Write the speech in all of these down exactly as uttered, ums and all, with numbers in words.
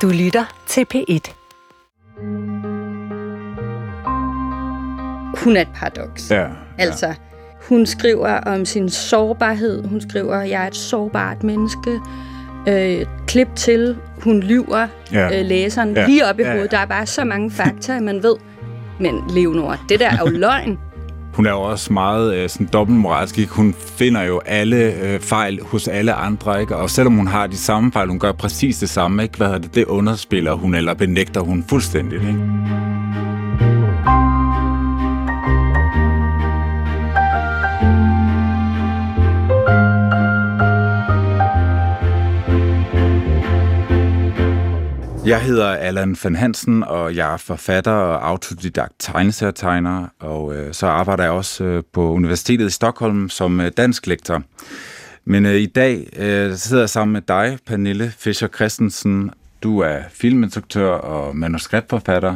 Du lytter til P et. Hun er et paradoks. Ja, ja. Altså, hun skriver om sin sårbarhed. Hun skriver, jeg er et sårbart menneske. Øh, klip til, hun lyver ja. øh, læseren ja. lige op i ja, ja. hovedet. Der er bare så mange fakta, man ved. Men Leonora, det der er jo løgn. Hun er jo også meget øh, sådan dobbeltmoralsk, ikke? Hun finder jo alle øh, fejl hos alle andre, ikke? Og selvom hun har de samme fejl, hun gør præcis det samme, ikke? Hvad er det? Det underspiller hun, eller benægter hun fuldstændigt, ikke? Jeg hedder Allan van Hansen, og jeg er forfatter og autodidakt tegneserietegner, og øh, så arbejder jeg også øh, på Universitetet i Stockholm som øh, dansk lektor. Men øh, i dag øh, sidder jeg sammen med dig, Pernille Fischer Christensen. Du er filminstruktør og manuskriptforfatter,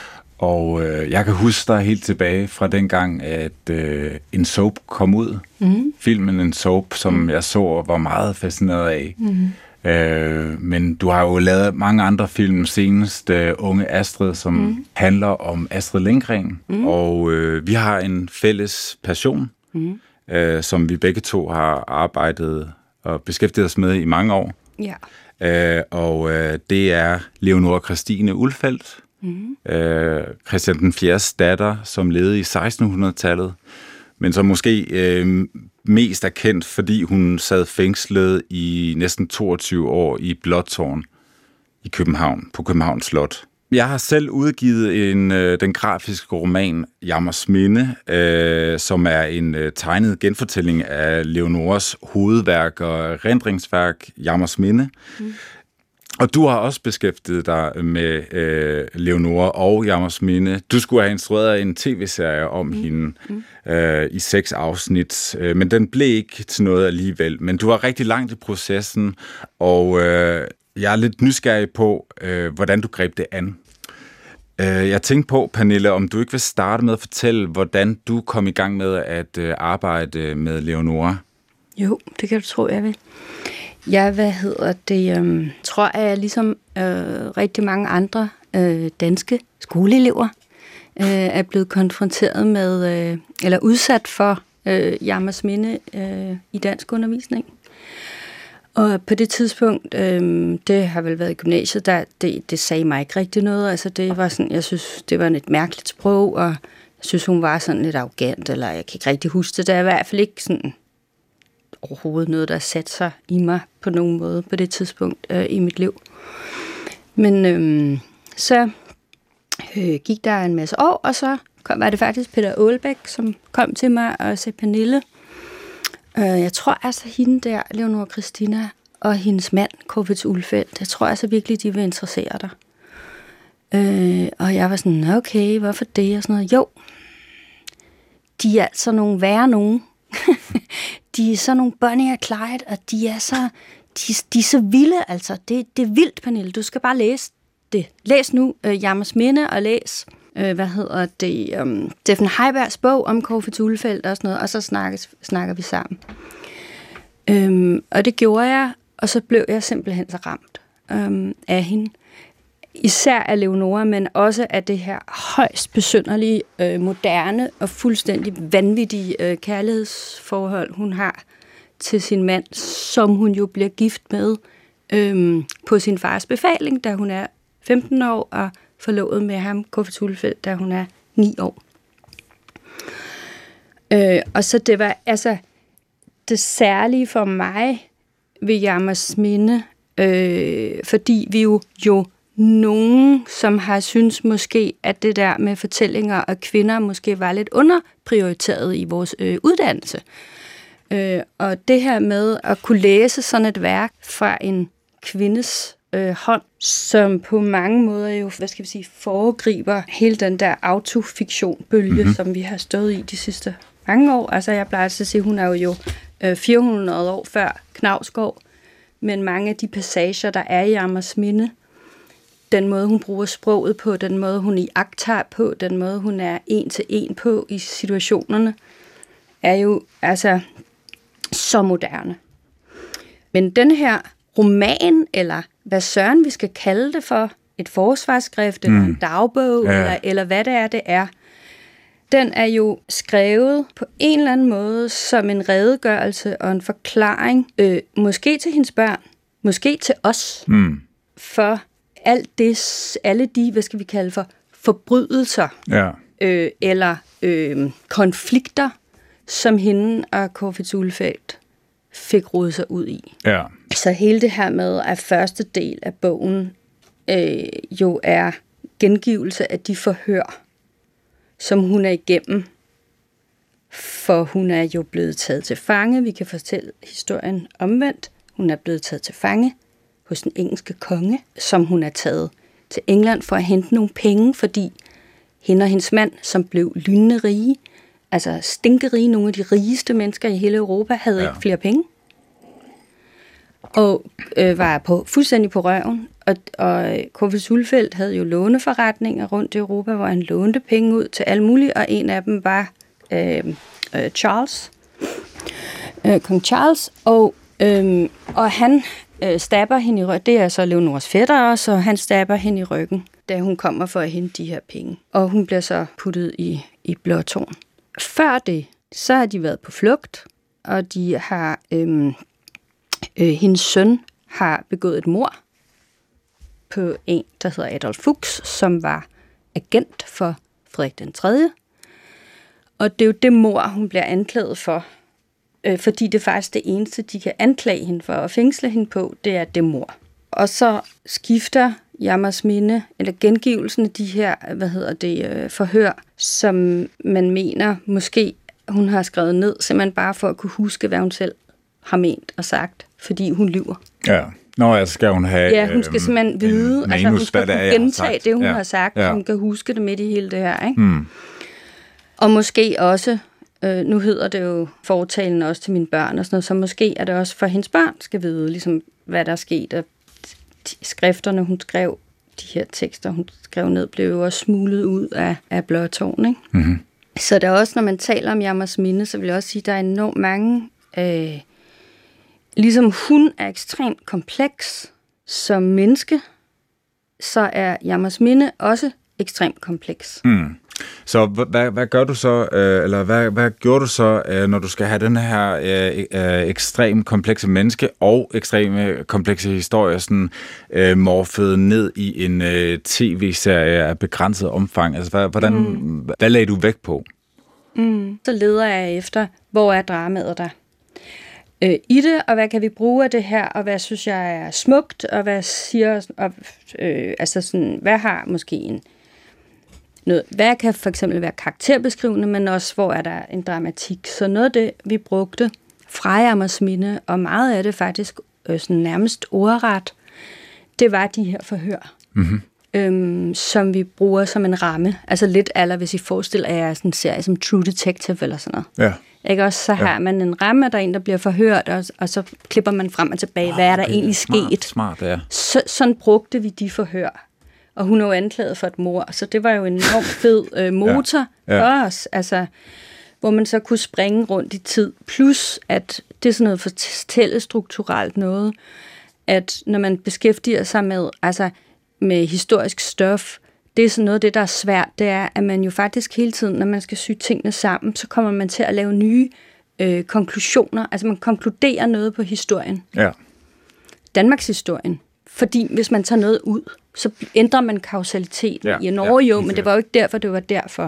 og øh, jeg kan huske dig helt tilbage fra dengang, at øh, En Soap kom ud. Mm-hmm. Filmen En Soap, som mm. jeg så og var meget fascineret af. Mm-hmm. Øh, men du har jo lavet mange andre film, senest uh, Unge Astrid, som mm. handler om Astrid Lindgren, mm. og øh, vi har en fælles passion, mm. øh, som vi begge to har arbejdet og beskæftiget os med i mange år. Ja. Øh, og øh, det er Leonora Christine Ulfeldt, mm. øh, Christian den fjerdes datter, som levede i sekstenhundredetallet, men som måske øh, mest er kendt, fordi hun sad fængslet i næsten toogtyve år i Blåtårn i København, på Københavns Slot. Jeg har selv udgivet en, øh, den grafiske roman Jammersminde, øh, som er en øh, tegnet genfortælling af Leonoras hovedværk og erindringsværk Jammersminde. Mm. Og du har også beskæftiget dig med øh, Leonora og Jammersminde. Du skulle have instrueret en tv-serie om mm. hende mm. øh, i seks afsnit, øh, men den blev ikke til noget alligevel. Men du var rigtig langt i processen, og øh, jeg er lidt nysgerrig på, øh, hvordan du greb det an. Øh, jeg tænkte på, Pernille, om du ikke vil starte med at fortælle, hvordan du kom i gang med at øh, arbejde med Leonora. Jo, det kan du tro, jeg vil. Ja, hvad hedder det? Øhm, tror jeg, jeg ligesom øh, rigtig mange andre øh, danske skoleelever øh, er blevet konfronteret med, øh, eller udsat for øh, Jammersminde øh, i dansk undervisning. Og på det tidspunkt, øh, det har vel været i gymnasiet, der, det, det sagde mig ikke rigtig noget. Altså det var sådan, jeg synes, det var et mærkeligt sprog, og jeg synes, hun var sådan lidt arrogant, eller jeg kan ikke rigtig huske det. Der er i hvert fald ikke sådan overhovedet noget, der satte sig i mig på nogen måde på det tidspunkt øh, i mit liv. Men øh, så øh, gik der en masse år, og så kom, var det faktisk Peter Aalbæk, som kom til mig og sagde, Pernille, øh, jeg tror altså hende der, Leonora Christina, og hendes mand, Corvitz Ulfeldt, jeg tror altså virkelig, de vil interessere dig. Øh, og jeg var sådan, okay, hvorfor det? Og sådan noget. Jo, de er altså nogle værre nogen. De er så nogle Bonnie og Clyde, og de er så, de, de er så vilde, altså. Det, det er vildt, Pernille. Du skal bare læse det. Læs nu uh, Jammersminde, og læs, uh, hvad hedder det, um, Steffen Heibergs bog om Corvitz Ulfeldt og sådan noget, og så snakkes, snakker vi sammen. Um, og det gjorde jeg, og så blev jeg simpelthen så ramt um, af hende. Især af Leonora, men også af det her højst besynderlige, øh, moderne og fuldstændig vanvittige øh, kærlighedsforhold, hun har til sin mand, som hun jo bliver gift med øh, på sin fars befaling, da hun er femten år, og forlovet med ham, Corvitz Ulfeldt, da hun er ni år. Øh, og så det var altså det særlige for mig ved Jammersminde, øh, fordi vi jo jo nogen, som har synes måske, at det der med fortællinger og kvinder måske var lidt underprioriteret i vores øh, uddannelse. Øh, og det her med at kunne læse sådan et værk fra en kvindes øh, hånd, som på mange måder jo, hvad skal vi sige, foregriber hele den der autofiktion-bølge, mm-hmm. som vi har stået i de sidste mange år. Altså jeg plejer at sige, hun er jo øh, fire hundrede år før Knausgård, men mange af de passager, der er i Jammersminde, den måde, hun bruger sproget på, den måde, hun iagttager på, den måde, hun er en til en på i situationerne, er jo altså så moderne. Men den her roman, eller hvad søren vi skal kalde det for, et forsvarsskrift, eller mm. en dagbog, ja. eller, eller hvad det er, det er, den er jo skrevet på en eller anden måde som en redegørelse og en forklaring, øh, måske til hendes børn, måske til os, mm. for alt det, alle de, hvad skal vi kalde for, forbrydelser, ja. øh, eller øh, konflikter, som hende og Corfitz Ulfeldt fik rodet sig ud i. Ja. Så hele det her med, at første del af bogen øh, jo er gengivelse af de forhør, som hun er igennem, for hun er jo blevet taget til fange. Vi kan fortælle historien omvendt. Hun er blevet taget til fange hos den engelske konge, som hun er taget til England for at hente nogle penge, fordi hende og hendes mand, som blev lynende rige, altså stinkerige, nogle af de rigeste mennesker i hele Europa, havde ja. ikke flere penge. Og øh, var på, fuldstændig på røven. Og, og Corfitz Ulfeldt havde jo låneforretninger rundt i Europa, hvor han lånte penge ud til alle mulige, og en af dem var øh, øh, Charles, øh, kong Charles, og, øh, og han øh, stabber hende i ryggen. Det er så Leonors fætter også, og han stabber hende i ryggen, da hun kommer for at hente de her penge. Og hun bliver så puttet i, i blåtårn. Før det, så har de været på flugt, og de har, øh, øh, hendes søn har begået et mord på en, der hedder Adolf Fuchs, som var agent for Frederik den tredje. Og det er jo det mord, hun bliver anklaget for, øh, fordi det er faktisk det eneste, de kan anklage hende for og fængsle hende på, det er det mord. Og så skifter Jammersminde, eller gengivelsen af de her, hvad hedder det, øh, forhør, som man mener, måske hun har skrevet ned, simpelthen bare for at kunne huske, hvad hun selv har ment og sagt, fordi hun lyver. Ja. Nå, altså skal hun have... Ja, hun skal simpelthen vide, altså hun skal kunne gentage det, hun ja. har sagt, ja. så hun kan huske det midt i hele det her, ikke? Hmm. Og måske også, øh, nu hedder det jo fortalen også til mine børn og sådan noget, så måske er det også for hendes børn skal vide, ligesom hvad der er sket, og skrifterne, hun skrev, de her tekster, hun skrev ned, blev jo også smuglet ud af, af blåtårn, ikke? Mm-hmm. Så der er også, når man taler om Jammersminde, så vil jeg også sige, at der er enormt mange... Øh, Ligesom hun er ekstremt kompleks som menneske, så er Jammersminde også ekstremt kompleks. Mm. Så hvad, hvad gør du så, øh, eller hvad, hvad gjorde du så, øh, når du skal have den her øh, øh, ekstremt komplekse menneske og ekstremt komplekse historier sådan øh, morfet ned i en øh, tv-serie af begrænset omfang? Altså, hvad, hvordan, mm. hvad lagde du vægt på? Mm. Så leder jeg efter, hvor er dramaet der? I det, og hvad kan vi bruge af det her, og hvad synes jeg er smukt, og hvad siger, og, øh, altså sådan, hvad har måske en, noget, hvad kan for eksempel være karakterbeskrivende, men også, hvor er der en dramatik. Så noget af det, vi brugte fra Jammersminde, og meget af det faktisk øh, sådan nærmest ordret, det var de her forhør, mm-hmm. øhm, som vi bruger som en ramme. Altså lidt aller, hvis I forestiller jer sådan en serie som True Detective eller sådan noget. Ja. Ikke også, så har ja. man en ramme, der er en, der bliver forhørt, og, og så klipper man frem og tilbage. Oh, hvad er der okay. egentlig smart, sket? Smart, ja. Så, sådan brugte vi de forhør. Og hun er jo anklaget for et mord, så det var jo en enormt fed øh, motor ja. Ja. for os, altså, hvor man så kunne springe rundt i tid. Plus, at det er sådan noget fortællestrukturelt noget, at når man beskæftiger sig med, altså, med historisk stof, det er sådan noget af det, der er svært, det er, at man jo faktisk hele tiden, når man skal sy tingene sammen, så kommer man til at lave nye øh, konklusioner. Altså man konkluderer noget på historien. Ja. Danmarks historien. Fordi hvis man tager noget ud, så ændrer man kausaliteten ja. i en år, jo, ja, men det var jo ikke derfor, det var derfor.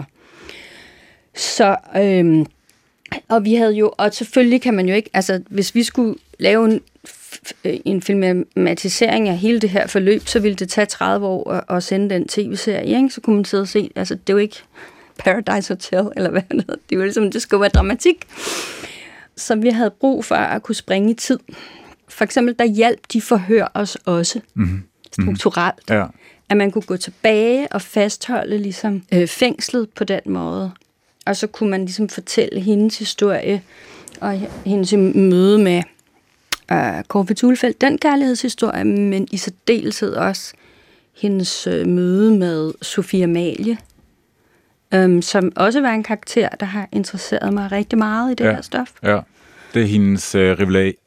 Så, øhm, og vi havde jo, og selvfølgelig kan man jo ikke, altså hvis vi skulle lave en en filmatisering af hele det her forløb, så ville det tage tredive år at, at sende den tv-serie, ikke? Så kunne man sidde og se, altså det er jo ikke Paradise Hotel, eller hvad det hedder. Det var ligesom, det skulle være dramatik. Så vi havde brug for at kunne springe i tid. For eksempel, der hjalp de forhør os også, mm-hmm. strukturelt. Ja. At man kunne gå tilbage og fastholde ligesom, øh, fængslet på den måde. Og så kunne man ligesom fortælle hendes historie, og hendes møde med Uh, Corfitz Ulfeldt, den kærlighedshistorie, men i særdeleshed også hendes uh, møde med Sophie Amalie, um, som også var en karakter, der har interesseret mig rigtig meget i det ja, her stof. Ja, det er hendes uh,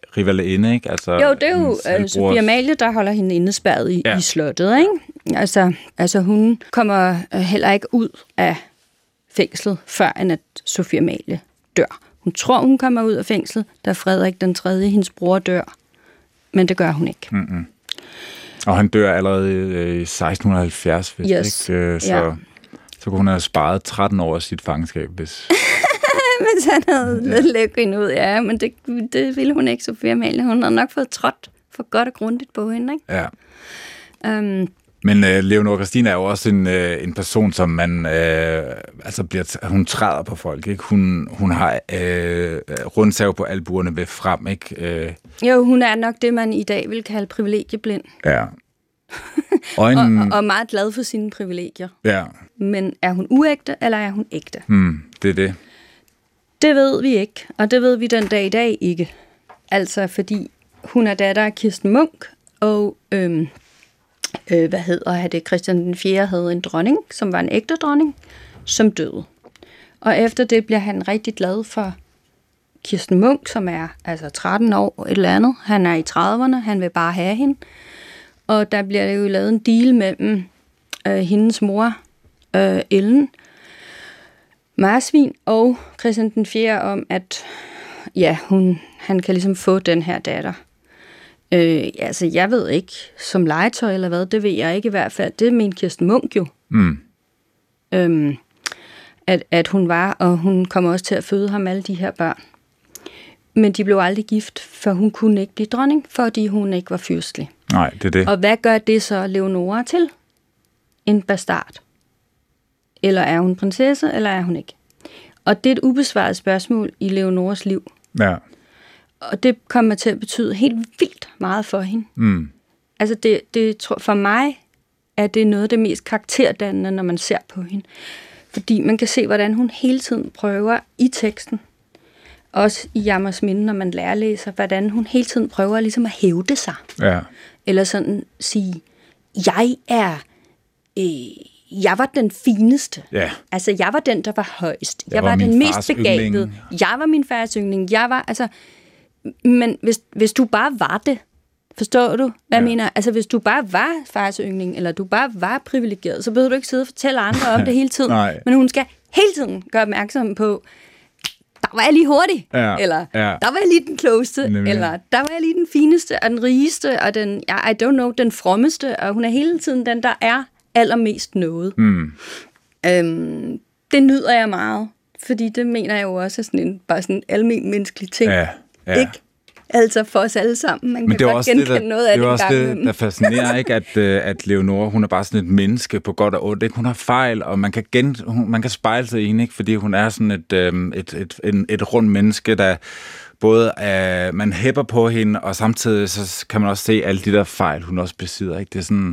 rivalinde, ikke? Altså, jo, det er jo uh, Sofie Amalie, der holder hende indespærret i, ja. i slottet, ikke? Altså, altså, hun kommer heller ikke ud af fængslet, før end at Sofie Amalie dør. Hun tror, hun kommer ud af fængslet, da Frederik den tredje, hendes bror, dør. Men det gør hun ikke. Mm-hmm. Og han dør allerede i seksten halvfjerds, hvis yes. ikke? Så, ja. så kunne hun have sparet tretten år af sit fangenskab, hvis... hvis han havde ja. lægget hende ud, ja. Men det, det ville hun ikke, Sofie Amalie. Hun havde nok fået trådt for godt og grundigt på hende, ikke? Ja. Um, Men øh, Leonora Christina er jo også en, øh, en person, som man, øh, altså bliver, hun træder på folk, ikke? Hun, hun har øh, rundsav på albuerne ved frem, ikke? Øh. Jo, hun er nok det, man i dag vil kalde privilegieblind. Ja. Og, en, og, og meget glad for sine privilegier. Ja. Men er hun uægte, eller er hun ægte? Hmm, det er det. Det ved vi ikke, og det ved vi den dag i dag ikke. Altså, fordi hun er datter af Kirsten Munk, og... Øhm, Øh, hvad hedder det? Christian den fjerde havde en dronning, som var en ægte dronning, som døde. Og efter det bliver han rigtig glad for Kirsten Munk, som er altså tretten år et eller andet. Han er i trediverne, han vil bare have hende. Og der bliver jo lavet en deal mellem øh, hendes mor, øh, Ellen Marsvin, og Christian den fjerde om, at ja, hun, han kan ligesom få den her datter. Øh, altså, jeg ved ikke, som legetøj eller hvad, det ved jeg ikke i hvert fald. Det mener Kirsten Munk jo. Mm. Øhm, at, at hun var, og hun kommer også til at føde ham alle de her børn. Men de blev aldrig gift, for hun kunne ikke blive dronning, fordi hun ikke var fyrstelig. Nej, det er det. Og hvad gør det så Leonora til? En bastard. Eller er hun prinsesse, eller er hun ikke? Og det er et ubesvaret spørgsmål i Leonoras liv. Ja. Og det kommer til at betyde helt vildt meget for hende. Mm. Altså, det, det, for mig er det noget af det mest karakterdannende, når man ser på hende. Fordi man kan se, hvordan hun hele tiden prøver i teksten, også i Jammersminde, når man lærerlæser, hvordan hun hele tiden prøver ligesom at hævde sig. Ja. Eller sådan sige, jeg er... Øh, jeg var den fineste. Ja. Altså, jeg var den, der var højst. Jeg, jeg var, var den mest begavede. Yndling. Jeg var min fars yndling. Jeg var, altså... Men hvis, hvis du bare var det, forstår du, hvad ja. jeg mener? Altså, hvis du bare var fars yndling, eller du bare var privilegeret, så behøver du ikke sidde og fortælle andre om det hele tiden. Men hun skal hele tiden gøre opmærksom på, der var jeg lige hurtig, ja. eller ja. der var jeg lige den klogeste, Nemlig. eller der var jeg lige den fineste, og den rigeste, og den, I don't know, den frommeste, og hun er hele tiden den, der er allermest noget. Mm. Øhm, det nyder jeg meget, fordi det mener jeg jo også er sådan en, bare sådan en almen menneskelig ting. Ja. Ja. Ikke? Altså for os alle sammen. Man Men kan det er godt også genkende det, der, noget af det. Det er også det, det, der fascinerer, ikke? At, at Leonora, hun er bare sådan et menneske på godt og ondt. Ikke? Hun har fejl, og man kan, gen, hun, man kan spejle sig i hende, ikke? Fordi hun er sådan et, et, et, et, et, et rundt menneske, der både er, man hæpper på hende, og samtidig så kan man også se alle de der fejl, hun også besidder. Ikke? Det er sådan...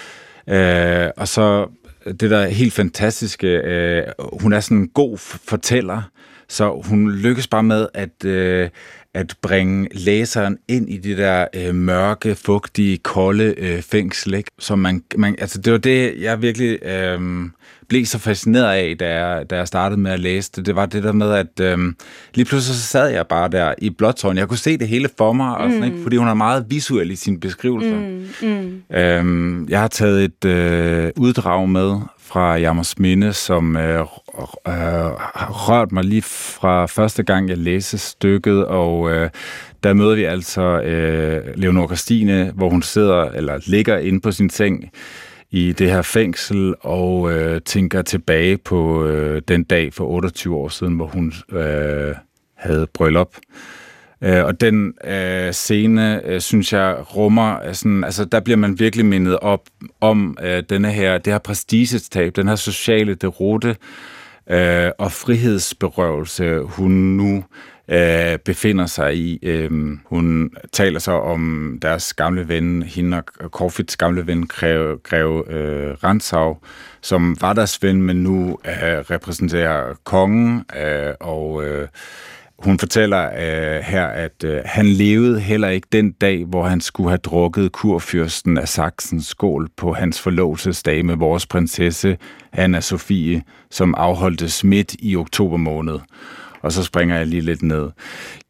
Øh, og så det der helt fantastiske, øh, hun er sådan en god fortæller, så hun lykkes bare med at, øh, at bringe læseren ind i det der øh, mørke, fugtige, kolde øh, fængsel. Ikke? Så man, man, altså det var det, jeg virkelig øh, blev så fascineret af, da jeg, da jeg startede med at læse det. Det var det der med, at øh, lige pludselig så sad jeg bare der i blåtårn. Jeg kunne se det hele for mig, og sådan, ikke? Fordi hun er meget visuel i sine beskrivelser. Mm, mm. Øh, jeg har taget et øh, uddrag med fra Jammersminde, som øh, øh, har rørt mig lige fra første gang, jeg læste stykket, og øh, der møder vi altså øh, Leonora Christina, hvor hun sidder, eller ligger inde på sin seng i det her fængsel, og øh, tænker tilbage på øh, den dag for otteogtyve år siden, hvor hun øh, havde bryllup. Øh, og den øh, scene, øh, synes jeg, rummer, sådan, altså der bliver man virkelig mindet op om øh, denne her, det her prestigetab, den her sociale deroute øh, og frihedsberøvelse, hun nu øh, befinder sig i. Øh, hun taler så om deres gamle ven, hende og Corfitz gamle ven, Greve, Greve øh, Rantzau, som var deres ven, men nu øh, repræsenterer kongen, øh, og øh, hun fortæller øh, her, at øh, han levede heller ikke den dag, hvor han skulle have drukket kurfyrsten af Sachsens skål på hans forlovelsesdag med vores prinsesse Anna Sofie, som afholdtes midt i oktober måned. Og så springer jeg lige lidt ned.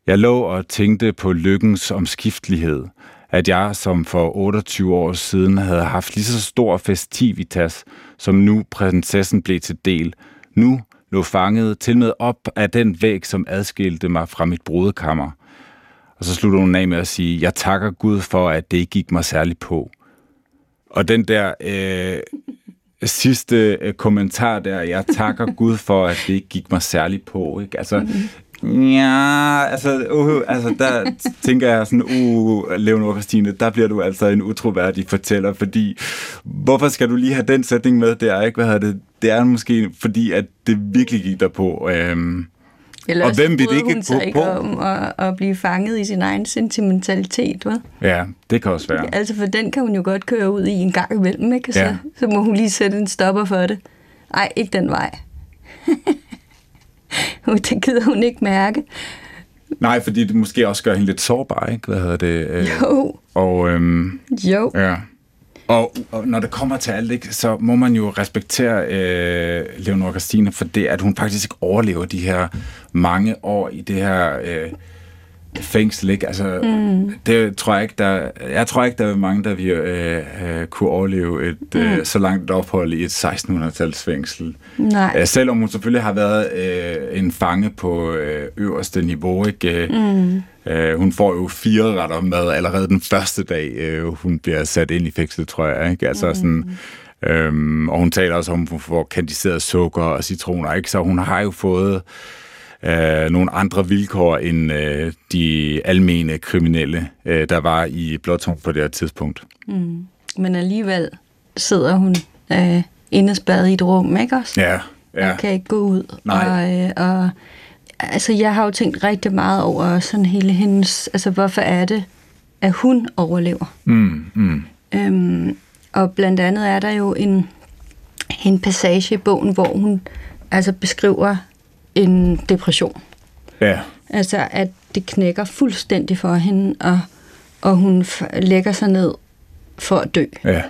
Jeg lå og tænkte på lykkens omskiftelighed, at jeg, som for otteogtyve år siden havde haft lige så stor festivitas, som nu prinsessen blev til del, nu lå fanget til med op af den væg, som adskilte mig fra mit brudekammer. Og så sluttede hun af med at sige, jeg takker Gud for, at det ikke gik mig særligt på. Og den der øh, sidste øh, kommentar der, jeg takker Gud for, at det ikke gik mig særligt på, ikke? Altså, ja, altså, uh, altså der tænker jeg sådan, uh, Leonora Christine, der bliver du altså en utroværdig fortæller, fordi hvorfor skal du lige have den sætning med der, ikke? Hvad hedder det? Det er måske fordi, at det virkelig gik der på. Øhm, Eller og hvem vil det ikke gå ikke på? Om at, at blive fanget i sin egen sentimentalitet, hva'? Ja, det kan også være. Altså, for den kan hun jo godt køre ud i en gang imellem, ikke? Så, ja. så må hun lige sætte en stopper for det. Ej, ikke den vej. Det gider hun ikke mærke. Nej, fordi det måske også gør hende lidt sårbar, ikke? Hvad hedder det? Jo. Og, øhm, jo. Ja. Og, og når det kommer til alt, ikke, så må man jo respektere øh, Leonora Christine for det, at hun faktisk overlever de her mange år i det her øh, fængsel, ikke? Altså, mm. det tror jeg ikke, der, jeg tror ikke, der er mange, der vil øh, øh, kunne overleve et mm. øh, så langt ophold i et sekstenhundrede-tals fængsel. Nej. Æh, selvom hun selvfølgelig har været øh, en fange på øh, øverste niveau, ikke? Mm. Øh, hun får jo fire retter mad allerede den første dag, øh, hun bliver sat ind i fængslet, tror jeg, ikke? Altså mm. sådan... Øhm, og hun taler også om, at hun får kandiseret sukker og citroner, ikke? Så hun har jo fået øh, nogle andre vilkår end øh, de almene kriminelle, øh, der var i Blåtårn på det her tidspunkt. Mm. Men alligevel sidder hun øh, indespærret i et rum, ikke også? Ja, ja. Hun kan ikke gå ud. Nej. Og, øh, og, altså, jeg har jo tænkt rigtig meget over sådan hele hendes... Altså, hvorfor er det, at hun overlever? Mm, mm. Øhm, og blandt andet er der jo en, en passage i bogen, hvor hun altså beskriver en depression. Ja. Altså, at det knækker fuldstændig for hende, og, og hun f- lægger sig ned for at dø. Ja.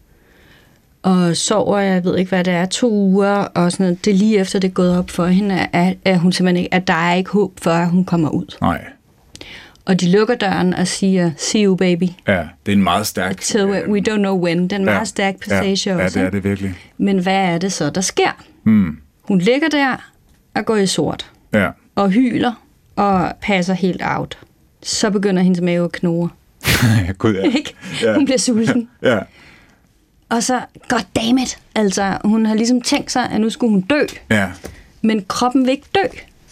Og sover, jeg ved ikke, hvad det er, to uger, og sådan noget. Det er lige efter, det er gået op for hende, at, at hun simpelthen ikke, at der er ikke håb for, at hun kommer ud. Nej. Og de lukker døren og siger, see you, baby. Ja, det er en meget stærk... Until we don't know when. Den er en ja, meget stærk passage ja, også. Ja, det er det virkelig. Men hvad er det så, der sker? Mm. Hun ligger der og går i sort. Ja. Og hyler og passer helt out. Så begynder hendes mave at knurre. God, ja. Ikke? Ja. Hun bliver sulten. Ja. Og så, goddammit, altså, hun har ligesom tænkt sig, at nu skulle hun dø. Ja. Men kroppen vil ikke dø.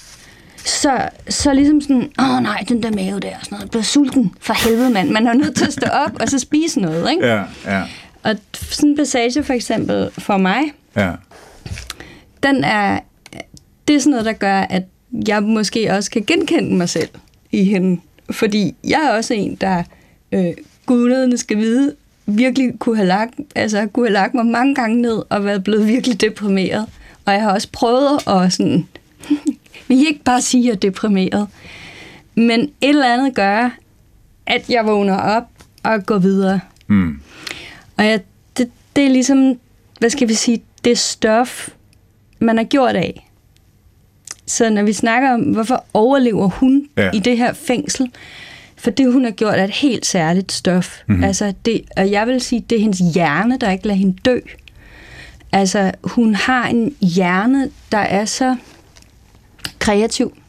Så, så ligesom sådan, åh nej, den der mave der, sådan noget, jeg bliver sulten, for helvede mand, man er nødt til at stå op og så spise noget, ikke? Ja, ja. Og sådan en passage for eksempel for mig, ja. den er, det er sådan noget, der gør, at jeg måske også kan genkende mig selv i hende. Fordi jeg er også en, der øh, guderne skal vide, virkelig kunne have, lagt, altså, kunne have lagt mig mange gange ned og været blevet virkelig deprimeret. Og jeg har også prøvet at sådan... Vi ikke bare sige, at jeg er deprimeret. Men et eller andet gør, at jeg vågner op og går videre. Mm. Og jeg, det, det er ligesom, hvad skal vi sige, det stof, man har gjort af. Så når vi snakker om, hvorfor overlever hun ja. i det her fængsel, for det, hun har gjort, er et helt særligt stof. Mm-hmm. Altså det, og jeg vil sige, det er hendes hjerne, der ikke lader hende dø. Altså, hun har en hjerne, der er så kreativ,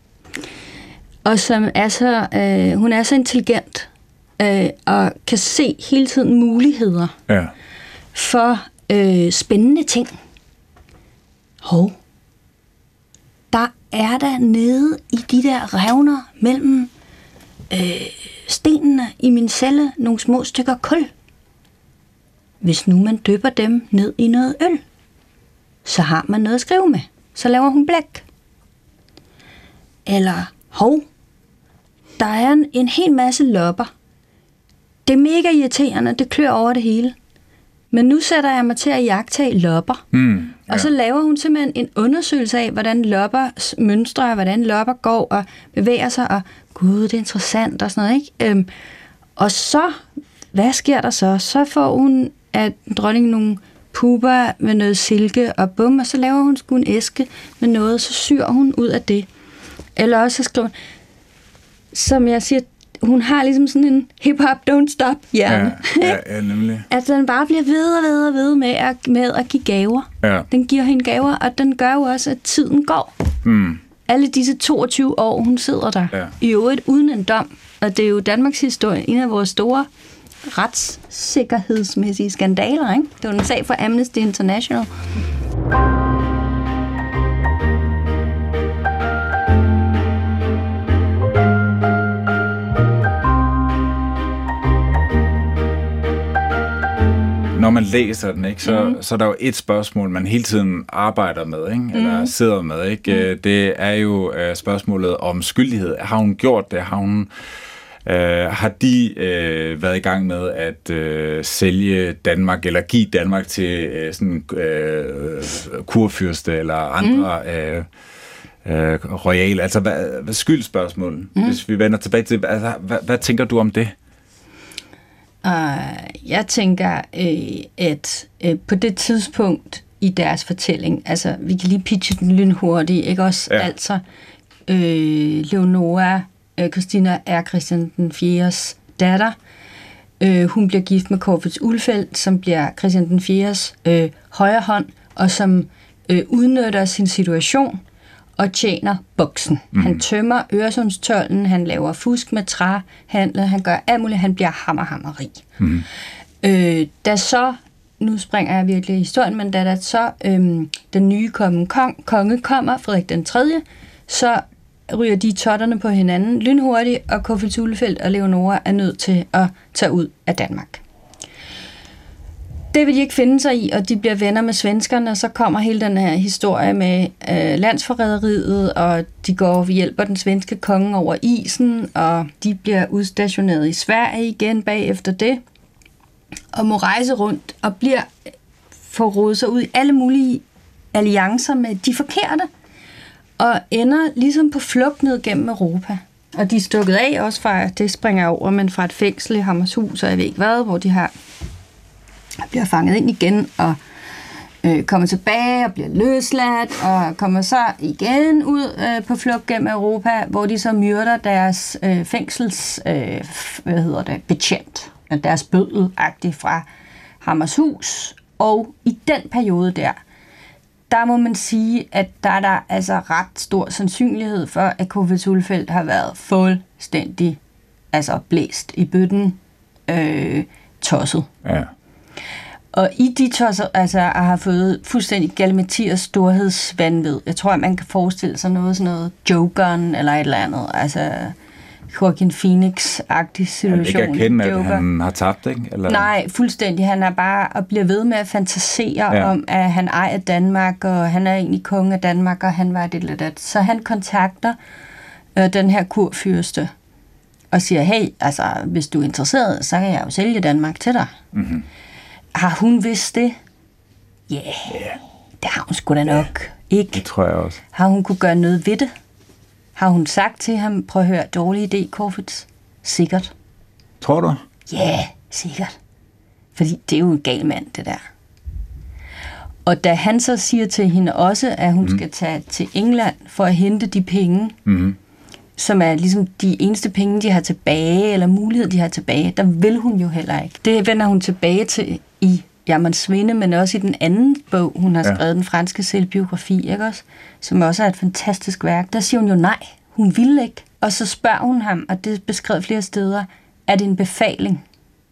og som er så, øh, hun er så intelligent, øh, og kan se hele tiden muligheder ja. for øh, spændende ting. Hov, der er der nede i de der revner mellem øh, stenene i min celle nogle små stykker kul. Hvis nu man dypper dem ned i noget øl, så har man noget at skrive med. Så laver hun blæk. Eller, hov, der er en, en hel masse lopper. Det er mega irriterende, det klør over det hele. Men nu sætter jeg mig til at jagtage lopper. Mm, ja. Og så laver hun simpelthen en undersøgelse af, hvordan lopper mønstre, hvordan lopper går og bevæger sig, og gud, det er interessant og sådan noget, ikke? Øhm, og så, hvad sker der så? Så får hun af dronningen nogle puber med noget silke og bum, og så laver hun sgu en æske med noget, så syr hun ud af det. Eller også så skriver som jeg siger, hun har ligesom sådan en hip-hop don't stop hjerne. Ja, ja, ja, nemlig. At den bare bliver ved og ved og ved med at, med at give gaver. Ja. Den giver hende gaver, og den gør jo også, at tiden går. Mm. Alle disse toogtyve år, hun sidder der. Ja. I øvrigt uden en dom. Og det er jo Danmarks historie, en af vores store retssikkerhedsmæssige skandaler, ikke? Det var en sag for Amnesty International. Når man læser den, ikke, så, mm. så er der jo et spørgsmål, man hele tiden arbejder med, ikke? Mm. Eller sidder med. Ikke? Mm. Det er jo uh, spørgsmålet om skyldighed. Har hun gjort det? Har, hun, uh, har de uh, været i gang med at uh, sælge Danmark, eller give Danmark til uh, sådan uh, kurfyrste eller andre mm. uh, uh, royale? Altså, hvad, hvad skyldspørgsmål? Mm. Hvis vi vender tilbage til, altså, hvad, hvad tænker du om det? Uh, jeg tænker, øh, at øh, på det tidspunkt i deres fortælling, altså vi kan lige pitche den lynhurtigt, ikke også? Ja. Altså, øh, Leonora øh, Christina er Christian den fjerdes datter. Øh, hun bliver gift med Corfitz Ulfeldt, som bliver Christian den fjerdes øh, højre hånd, og som øh, udnytter sin situation og tjener boksen. Mm. Han tømmer Øresundstolden, han laver fusk med træhandel, han gør alt muligt, han bliver hammerhammerrig. Mm. Øh, da så, nu springer jeg virkelig i historien, men da der så øhm, den nye konge, kong, konge kommer, Frederik den tredje, så ryger de totterne på hinanden lynhurtigt, og Corfitz Ulfeldt og Leonora er nødt til at tage ud af Danmark. Det vil de ikke finde sig i, og de bliver venner med svenskerne, og så kommer hele den her historie med øh, landsforræderiet, og de går og hjælper den svenske konge over isen, og de bliver udstationeret i Sverige igen bagefter det, og må rejse rundt og bliver får rodet sig ud i alle mulige alliancer med de forkerte, og ender ligesom på flugt ned gennem Europa. Og de er stukket af også fra, det springer over, men fra et fængsel i Hammershus, og jeg ved ikke hvad, hvor de har bliver fanget ind igen og øh, kommer tilbage og bliver løsladt og kommer så igen ud øh, på flugt gennem Europa, hvor de så myrder deres øh, fængsels øh, hvad hedder det, betjent, deres bøddelagtigt fra Hammershus. Og i den periode der, der må man sige, at der er der altså ret stor sandsynlighed for, at Corfitz Ulfeldt har været fuldstændig altså blæst i bøtten, øh, tosset. Ja. Og i de tosser, altså, har fået fuldstændig galimatiers storhedsvanvid. Jeg tror, at man kan forestille sig noget sådan noget Jokeren eller et eller andet. Altså, Joaquin Phoenix-agtig situation. Han ikke erkende, at han har tabt, ikke? Eller? Nej, fuldstændig. Han er bare at blive ved med at fantasere ja. om, at han ejer Danmark, og han er egentlig konge af Danmark, og han var det eller det. Så han kontakter øh, den her kurfyrste og siger, hey, altså, hvis du er interesseret, så kan jeg jo sælge Danmark til dig. Mhm. Har hun vidst det? Ja, yeah. yeah. det har hun sgu da nok. Yeah. Ikke? Det tror jeg også. Har hun kunne gøre noget ved det? Har hun sagt til ham, prøv at høre, dårlig idé, Corfitz? Sikkert. Tror du? Ja, yeah, sikkert. Fordi det er jo en gal mand, det der. Og da han så siger til hende også, at hun mm. skal tage til England for at hente de penge, mm. som er ligesom de eneste penge, de har tilbage, eller mulighed, de har tilbage, der vil hun jo heller ikke. Det vender hun tilbage til i Jammerens Svinde, men også i den anden bog, hun har skrevet, ja. Den franske selvbiografi, ikke også? Som også er et fantastisk værk. Der siger hun jo nej, hun vil ikke. Og så spørger hun ham, og det er beskrevet flere steder, er det en befaling?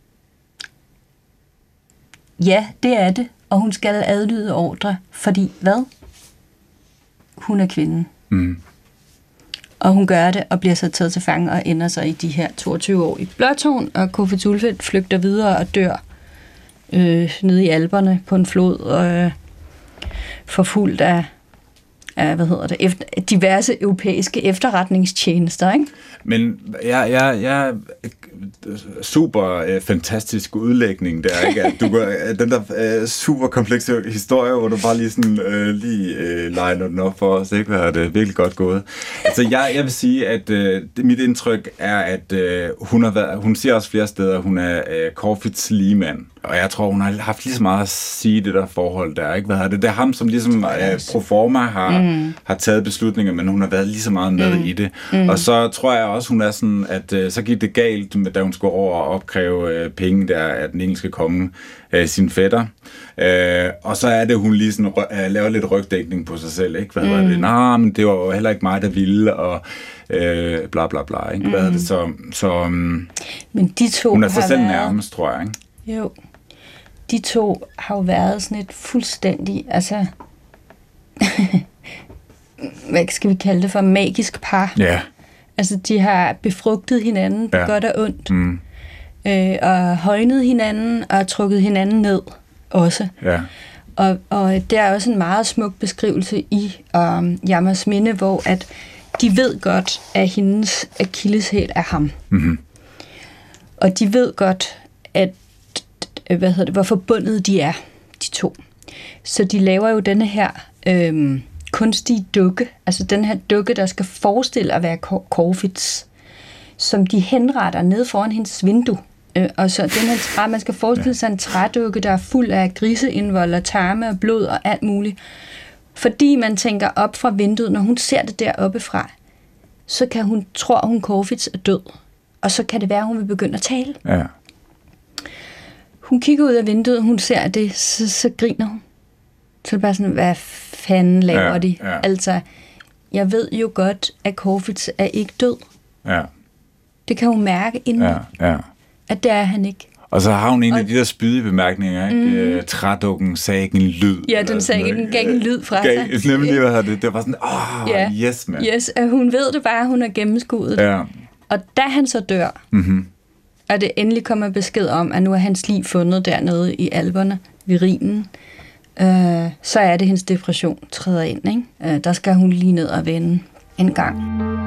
Ja, det er det, og hun skal adlyde ordre, fordi hvad? Hun er kvinden. Mm. Og hun gør det, og bliver så taget til fange, og ender sig i de her toogtyve år i Blåtårn, og Corfitz Ulfeldt flygter videre og dør øh, nede i Alperne på en flod, og øh, forfulgt af, af hvad hedder det, efter, diverse europæiske efterretningstjenester, ikke? Men jeg, jeg, jeg super øh, fantastisk udlægning der, ikke? At du går, den der øh, super komplekse historie, hvor du bare lige sådan øh, lige øh, liner den op for os, ikke? Hvad er det virkelig godt gået. Altså jeg, jeg vil sige, at øh, det, mit indtryk er, at øh, hun har været, hun siger også flere steder, at hun er øh, Corfitz ligemand, og jeg tror, hun har haft lige så meget at sige det der forhold der, ikke? Hvad er det? Det er ham, som ligesom øh, proforma har mm. har taget beslutninger, men hun har været lige så meget med mm. i det. Mm. Og så tror jeg også, hun er sådan, at øh, så gik det galt, da hun skulle over og opkræve øh, penge der af den engelske konge, øh, sin fætter. Øh, og så er det, hun lige sådan, øh, laver lidt rygdækning på sig selv, ikke? Hvad mm. hedder det? Nej, men det var jo heller ikke mig, der ville, og øh, bla bla bla, ikke? Hvad mm. det? Så, så um, men de to hun er sig selv været... nærmest, tror jeg, ikke? Jo. De to har jo været sådan et fuldstændig, altså, hvad skal vi kalde det for, magisk par. Ja. Yeah. Altså, de har befrugtet hinanden på ja. godt og ondt, mm. øh, og højnet hinanden, og trukket hinanden ned også. Ja. Og, og der er også en meget smuk beskrivelse i um, Jammersminde, hvor at de ved godt, at hendes akilleshæl er ham. Mm-hmm. Og de ved godt, at hvad hedder det, hvor forbundet de er, de to. Så de laver jo denne her øhm, kunstige dukke, altså den her dukke, der skal forestille at være Corfitz, som de henretter ned foran hendes vindue. Øh, og så den her træ, man skal forestille sig en trædukke, der er fuld af griseindvold, tarme og blod og alt muligt. Fordi man tænker op fra vinduet, når hun ser det deroppe fra, så kan hun, tror hun Corfitz er død. Og så kan det være, at hun vil begynde at tale. Ja. Hun kigger ud af vinduet, hun ser det, så, så griner hun. Så er det bare sådan, hvad fanden laver ja, de? Ja. Altså, jeg ved jo godt, at Corfitz er ikke død. Ja. Det kan hun mærke inden, ja, ja. At det er han ikke. Og så har hun en af de der spydige bemærkninger, ikke? Mm. Trædukken sagde ikke en lyd. Ja, den sagde ikke en gang en lyd fra sig. Nemlig, hvad det? Det var sådan, åh, oh, ja. Yes, man. Yes, at hun ved det bare, hun har gennemskuddet. Ja. Og da han så dør, mm-hmm. og det endelig kommer besked om, at nu er hans liv fundet dernede i Alperne, ved Rhinen, øh, så er det, hendes depression træder ind. Ikke? Øh, der skal hun lige ned og vende en gang.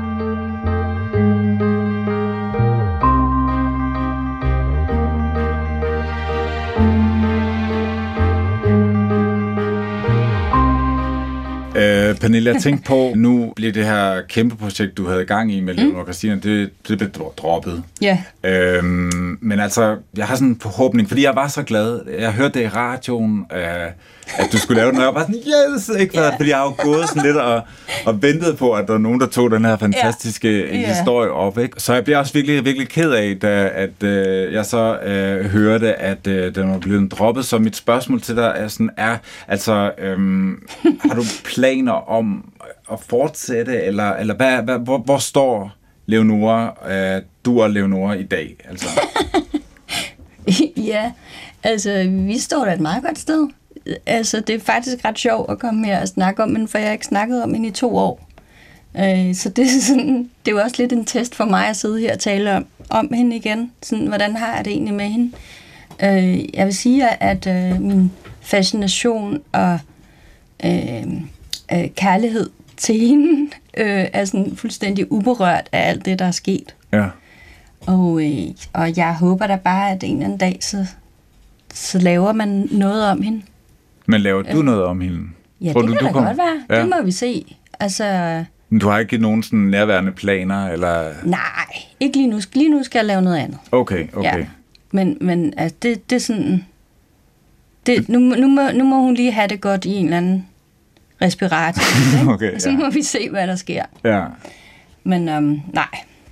Øh, Pernille, jeg tænkte på, nu bliver det her kæmpe projekt, du havde i gang i med Leonora mm. Christina, det, det blev droppet. Ja. Yeah. Øhm, men altså, jeg har sådan en forhåbning, fordi jeg var så glad. Jeg hørte det i radioen, øh, at du skulle lave den, og jeg var sådan, yes! Ikke? Yeah. Fordi jeg har jo gået sådan lidt og, og ventet på, at der var nogen, der tog den her fantastiske yeah. historie op. Ikke? Så jeg bliver også virkelig, virkelig ked af, da, at øh, jeg så øh, hørte, at øh, den var blevet droppet. Så mit spørgsmål til dig er sådan, er, altså, øh, har du planer om at fortsætte, eller, eller hvad, hvad, hvor, hvor står Leonora, øh, du og Leonora i dag? Altså? Ja, altså, vi står da et meget godt sted. Altså, det er faktisk ret sjovt at komme her og snakke om hende, for jeg har ikke snakket om hende i to år. Øh, så det er, sådan, det er jo også lidt en test for mig at sidde her og tale om, om hende igen. Sådan, hvordan har jeg det egentlig med hende? Øh, jeg vil sige, at øh, min fascination og øh, øh, kærlighed til hende øh, er sådan fuldstændig uberørt af alt det, der er sket. Ja. Og, øh, og jeg håber da bare, at en eller anden dag, så, så laver man noget om hende. Men laver du øh, noget om hende? Ja, Tror det du, kan du da kom... godt være. Ja. Det må vi se. Altså... Men du har ikke nogen sådan nærværende planer, eller... Nej, ikke lige nu. Lige nu skal jeg lave noget andet. Okay, okay. Ja. Men, men altså, det, det er sådan... Det, nu, nu, må, nu må hun lige have det godt i en eller anden respirator. Okay, så ja. Må vi se, hvad der sker. Ja. Men øhm, nej.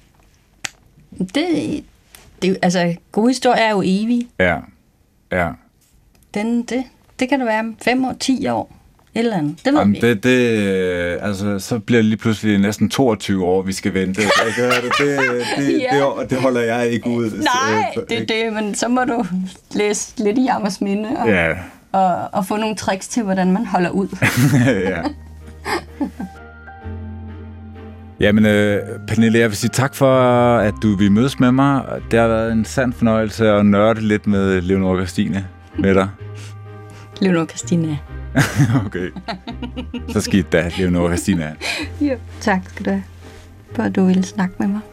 Det, det, altså, gode historier er jo evige. Ja, ja. Den, det, det kan det være fem år, ti år, et eller andet. Det ved Jamen, vi det, det, altså, så bliver det lige pludselig næsten toogtyve år, vi skal vente. Det, det, det, ja. det, det holder jeg ikke ud. Nej, så, det er det, men så må du læse lidt i Jammersminde og, ja. og, og få nogle tricks til, hvordan man holder ud. Ja. Jamen, øh, Pernille, jeg vil sige tak for, at du vil mødes med mig. Det har været en sand fornøjelse at nørde lidt med Leonora Christina med dig. Leonora Christina. Okay. Så skidt da, Leonora Christina. Jo, tak skal du have, for at du ville snakke med mig.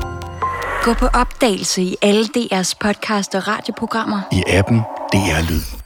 Gå på opdagelse i alle D R's podcast og radioprogrammer. I appen D R Lyd.